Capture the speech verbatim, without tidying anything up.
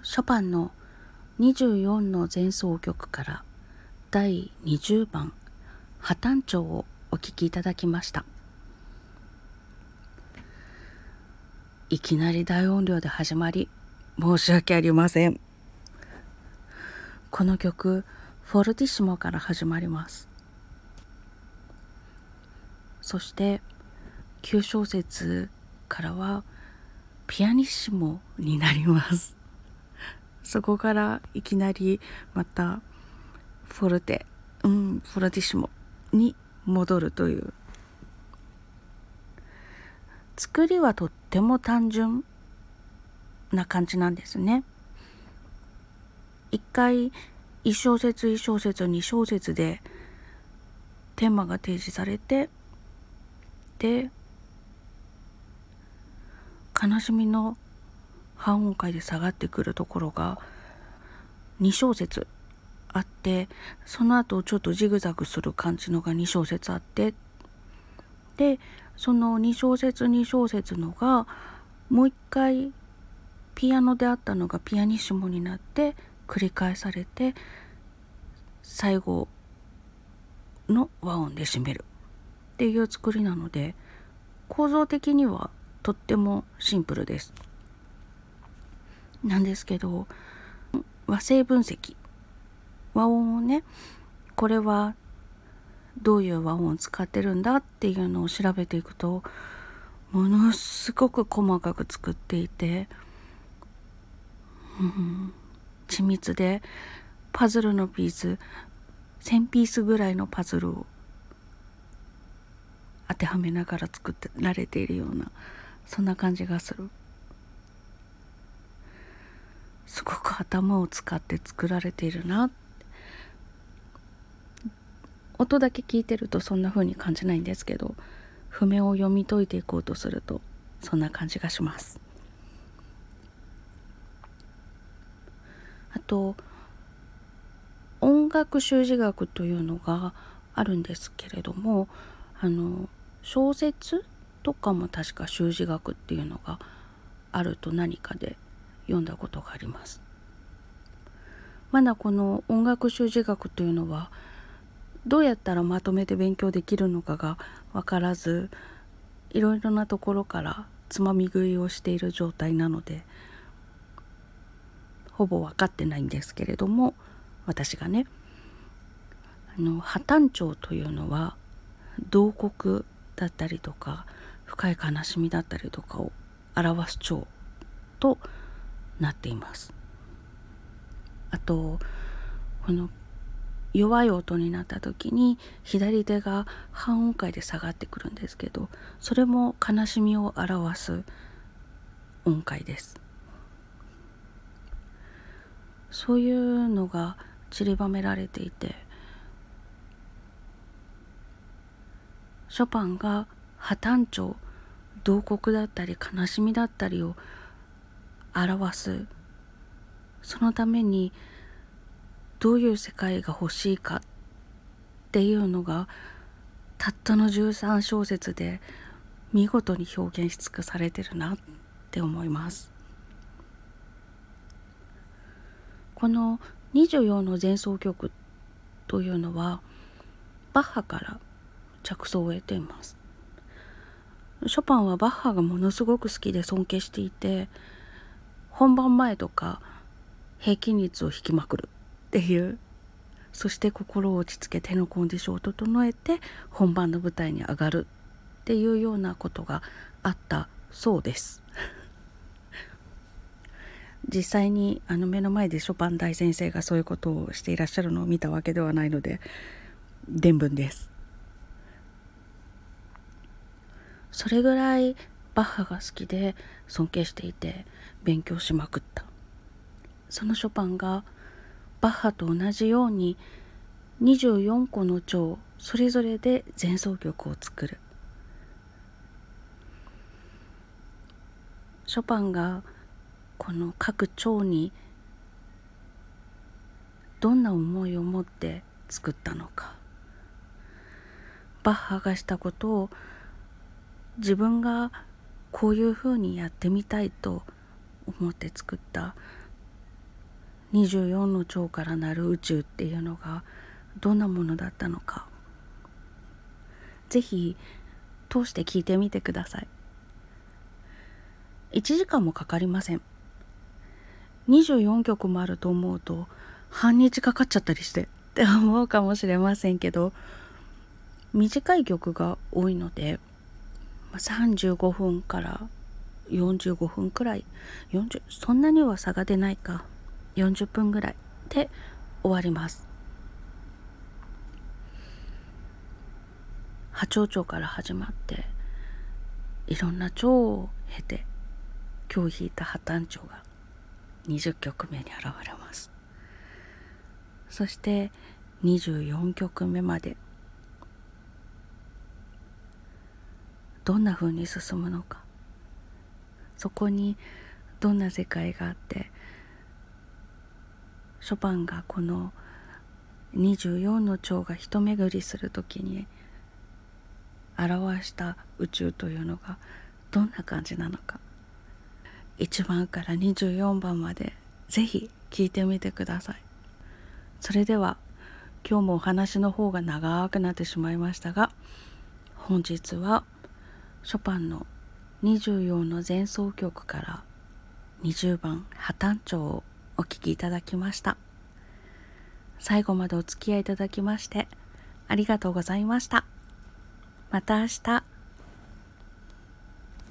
ショパンのにじゅうよんの前奏曲からだいにじゅうばん破綻調をお聴きいただきました。いきなり大音量で始まり申し訳ありません。この曲フォルティッシモから始まります。そしてきゅう小節からはピアニッシモになります。そこからいきなりまたフォルテ、うん、フォルティッシモに戻るという、作りはとっても単純な感じなんですね。一回一小節一小節二小節でテーマが提示されて、で悲しみの半音階で下がってくるところがに小節あって、その後ちょっとジグザグする感じのがに小節あって、でそのに小節に小節のがもう一回ピアノであったのがピアニッシモになって繰り返されて、最後の和音で締めるっていう作りなので、構造的にはとってもシンプルです。なんですけど、和声分析、和音をね、これはどういう和音を使ってるんだっていうのを調べていくと、ものすごく細かく作っていて、うん、緻密で、パズルのピースせんピースぐらいのパズルを当てはめながら作ってられているような、そんな感じがする。すごく頭を使って作られているな。音だけ聞いてるとそんな風に感じないんですけど、譜面を読み解いていこうとするとそんな感じがします。あと音楽修辞学というのがあるんですけれども、あの小説とかも確か修辞学っていうのがあると何かで読んだことがあります。まだこの音楽修辞学というのはどうやったらまとめて勉強できるのかが分からず、いろいろなところからつまみ食いをしている状態なので、ほぼ分かってないんですけれども、私がね、あの破綻調というのは慟哭だったりとか深い悲しみだったりとかを表す調となっています。あとこの弱い音になった時に左手が半音階で下がってくるんですけど、それも悲しみを表す音階です。そういうのが散りばめられていて、ショパンが破綻調、慟哭だったり悲しみだったりを表す、そのためにどういう世界が欲しいかっていうのがたったのじゅうさん小節で見事に表現し尽くされてるなって思います。このにじゅうよんの前奏曲というのはバッハから着想を得ています。ショパンはバッハがものすごく好きで尊敬していて、本番前とか平均率を引きまくるっていう、そして心を落ち着け手のコンディションを整えて本番の舞台に上がるっていうようなことがあったそうです。実際にあの目の前でショパン大先生がそういうことをしていらっしゃるのを見たわけではないので伝聞です。それぐらいバッハが好きで尊敬していて勉強しまくった。そのショパンがバッハと同じようににじゅうよんこの調それぞれで前奏曲を作る。ショパンがこの各調にどんな思いを持って作ったのか、バッハがしたことを自分がこういうふうにやってみたいと思って作ったにじゅうよんの蝶からなる宇宙っていうのがどんなものだったのか、ぜひ通して聞いてみてください。いちじかんもかかりません。にじゅうよんきょくもあると思うと半日かかっちゃったりしてって思うかもしれませんけど、短い曲が多いのでさんじゅうごふんからよんじゅうごふんくらい、よんじゅうそんなには差が出ないか、よんじゅっぷんぐらいで終わります。波長長から始まっていろんな長を経て、今日弾いた破綻長がにじゅっきょくめに現れます。そしてにじゅうよんきょくめまでどんな風に進むのか、そこにどんな世界があって、ショパンがこのにじゅうよんの蝶が一巡りするときに表した宇宙というのがどんな感じなのか、いちばんからにじゅうよんばんまでぜひ聞いてみてください。それでは今日もお話の方が長くなってしまいましたが、本日はショパンのにじゅうよんの前奏曲からにじゅうばん破綻調をお聴きいただきました。最後までお付き合いいただきましてありがとうございました。また明日。